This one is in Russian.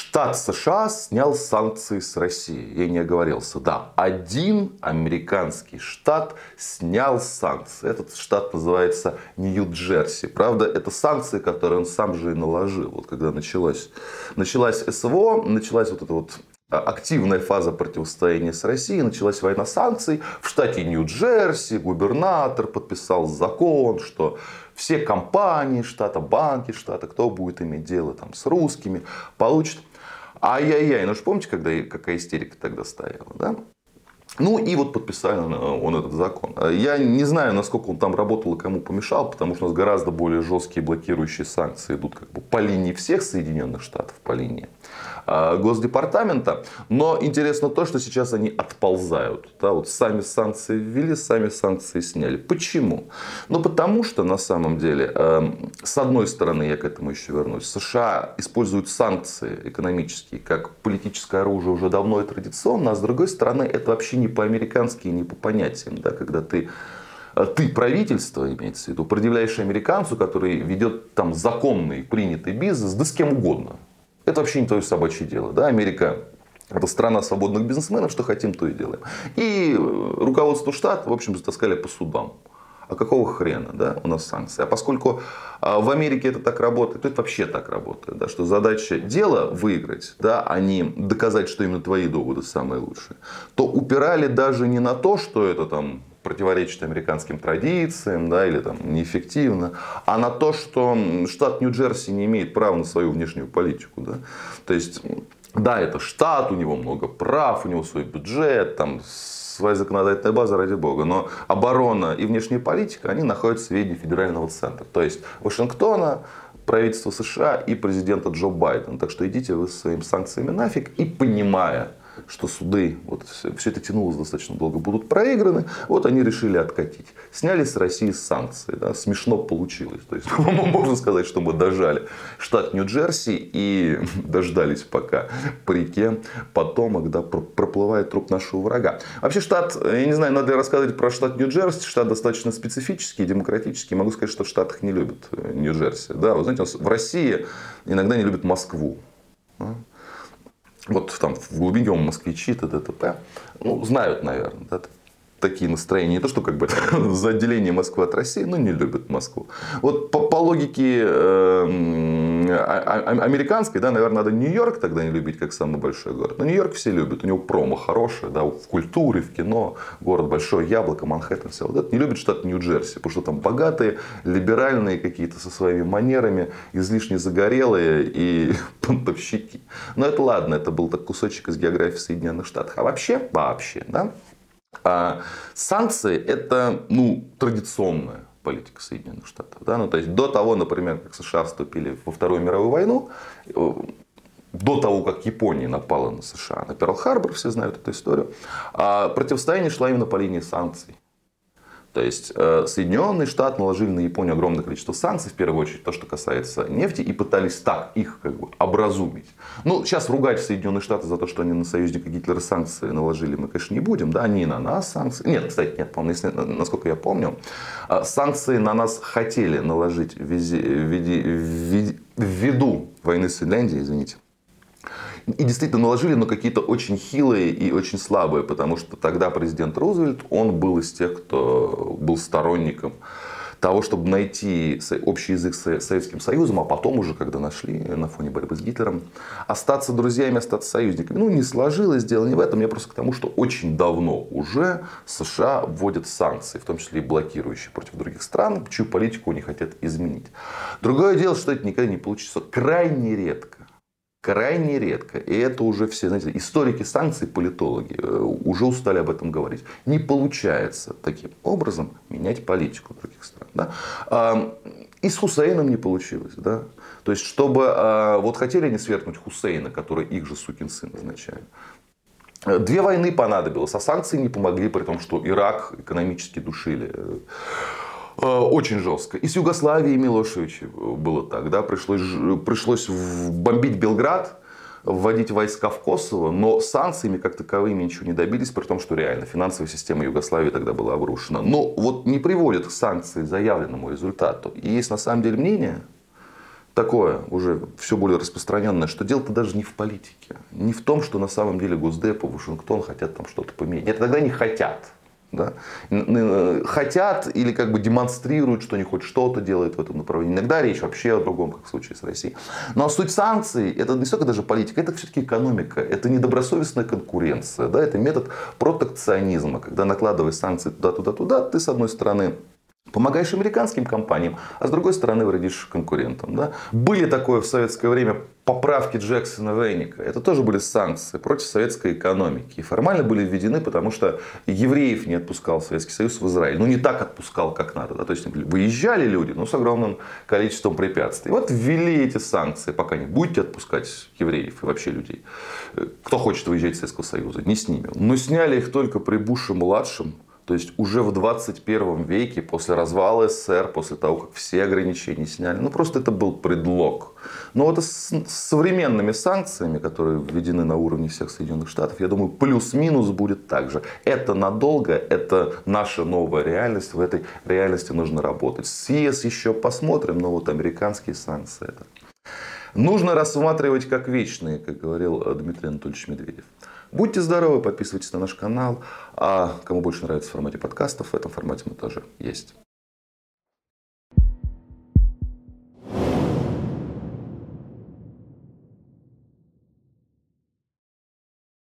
Штат США снял санкции с России. Я не оговорился. Да, один американский штат снял санкции. Этот штат называется Нью-Джерси. Правда, это санкции, которые он сам же и наложил. Вот когда началась СВО, началась вот эта вот активная фаза противостояния с Россией, началась война санкций. В штате Нью-Джерси губернатор подписал закон, что все компании штата, банки штата, кто будет иметь дело там с русскими, получат. Ай-яй-яй, ну же помните, какая истерика тогда стояла, да? Ну и вот подписал он этот закон. Я не знаю, насколько он там работал и кому помешал, потому что у нас гораздо более жесткие блокирующие санкции идут как бы по линии всех Соединенных Штатов, по линии Госдепартамента. Но интересно то, что сейчас они отползают. Да, вот сами санкции ввели, сами санкции сняли. Почему? Ну потому что на самом деле, с одной стороны, я к этому еще вернусь, США используют санкции экономические как политическое оружие уже давно и традиционно, а с другой стороны, это вообще не по-американски и не по понятиям. Да, когда ты правительство, имеется в виду, предъявляешь американцу, который ведет там законный, принятый бизнес, да с кем угодно. Это вообще не твое собачье дело. Да? Америка — это страна свободных бизнесменов, что хотим, то и делаем. И руководство штата, в общем, затаскали по судам. А какого хрена, да, у нас санкции? А поскольку в Америке это так работает, то это вообще так работает. Да, что задача дела выиграть, да, а не доказать, что именно твои доводы самые лучшие. То упирали даже не на то, что это там противоречит американским традициям, да, или там неэффективно, а на то, что штат Нью-Джерси не имеет права на свою внешнюю политику. Да. То есть, да, это штат, у него много прав, у него свой бюджет, там своя законодательная база, ради бога. Но оборона и внешняя политика, они находятся в ведении федерального центра. То есть Вашингтона, правительства США и президента Джо Байдена. Так что идите вы со своими санкциями нафиг. И понимая, что суды, вот все это тянулось достаточно долго, будут проиграны, вот они решили откатить. Сняли с России санкции. Да, смешно получилось. То есть, можно сказать, что мы дожали штат Нью-Джерси и дождались, пока по реке потомок, да, проплывает труп нашего врага. Вообще штат, я не знаю, надо ли рассказывать про штат Нью-Джерси. Штат достаточно специфический, демократический. Могу сказать, что в Штатах не любят Нью-Джерси. Да, вы знаете, в России иногда не любят Москву. Вот там в глубине москвичи, т.д. Ну, знают, наверное, да, такие настроения. Не то, что как бы за отделение Москвы от России, но не любят Москву. Вот по логике американской, да, наверное, надо Нью-Йорк тогда не любить, как самый большой город. Но Нью-Йорк все любят. У него промо хорошее, да, в культуре, в кино. Город большое, яблоко, Манхэттен, все. Вот это не любит штат Нью-Джерси, потому что там богатые, либеральные какие-то со своими манерами, излишне загорелые и понтовщики. Но это ладно, это был так кусочек из географии Соединенных Штатов. А вообще, да, санкции — это, ну, традиционная политика Соединенных Штатов. Да? Ну, то есть до того, например, как США вступили во Вторую мировую войну, до того, как Япония напала на США, на Перл-Харбор, все знают эту историю, противостояние шло именно по линии санкций. То есть Соединенные Штаты наложили на Японию огромное количество санкций, в первую очередь то, что касается нефти, и пытались так их как бы образумить. Ну, сейчас ругать Соединенные Штаты за то, что они на союзника Гитлера санкции наложили, мы, конечно, не будем. Да, они на нас санкции. Нет, кстати, нет, по-моему, если, насколько я помню, санкции на нас хотели наложить ввиду войны с Финляндией, извините. И действительно наложили, но какие-то очень хилые и очень слабые, потому что тогда президент Рузвельт, он был из тех, кто был сторонником того, чтобы найти общий язык с Советским Союзом, а потом уже, когда нашли на фоне борьбы с Гитлером, остаться друзьями, остаться союзниками. Ну, не сложилось, дело не в этом, я просто к тому, что очень давно уже США вводят санкции, в том числе и блокирующие против других стран, чью политику они хотят изменить. Другое дело, что это никогда не получится, крайне редко. Крайне редко. И это уже все, знаете, историки санкций, политологи уже устали об этом говорить. Не получается таким образом менять политику других стран. Да? И с Хусейном не получилось. Да? То есть, чтобы вот хотели они свергнуть Хусейна, который их же сукин сын изначально. 2 войны понадобилось, а санкции не помогли, при том, что Ирак экономически душили. Очень жестко. И с Югославией Милошевича было так. Да? Пришлось бомбить Белград, вводить войска в Косово, но санкциями как таковыми ничего не добились, при том, что реально финансовая система Югославии тогда была обрушена. Но вот не приводят к санкции к заявленному результату. И есть на самом деле мнение такое уже все более распространенное, что дело-то даже не в политике. Не в том, что на самом деле Госдеп и Вашингтон хотят там что-то поменять. Нет, тогда не хотят. Да? Хотят или как бы демонстрируют, что они хоть что-то делают в этом направлении. Иногда речь вообще о другом, как в случае с Россией. Но суть санкций, это не столько даже политика, это все-таки экономика. Это недобросовестная конкуренция. Да? Это метод протекционизма. Когда накладываешь санкции туда, ты с одной стороны помогаешь американским компаниям, а с другой стороны вредишь конкурентам. Да? Были такое в советское время поправки Джексона Вейника. Это тоже были санкции против советской экономики. И формально были введены, потому что евреев не отпускал Советский Союз в Израиль. Ну, не так отпускал, как надо. Да? То есть, выезжали люди, но с огромным количеством препятствий. Вот ввели эти санкции. Пока не будете отпускать евреев и вообще людей. Кто хочет выезжать из Советского Союза, не снимем. Но сняли их только при Буше-младшем. То есть уже в 21 веке, после развала СССР, после того, как все ограничения сняли. Ну, просто это был предлог. Но вот с современными санкциями, которые введены на уровне всех Соединенных Штатов, я думаю, плюс-минус будет так же. Это надолго, это наша новая реальность. В этой реальности нужно работать. С ЕС еще посмотрим, но вот американские санкции. Это нужно рассматривать как вечные, как говорил Дмитрий Анатольевич Медведев. Будьте здоровы, подписывайтесь на наш канал. А кому больше нравится в формате подкастов, в этом формате мы тоже есть.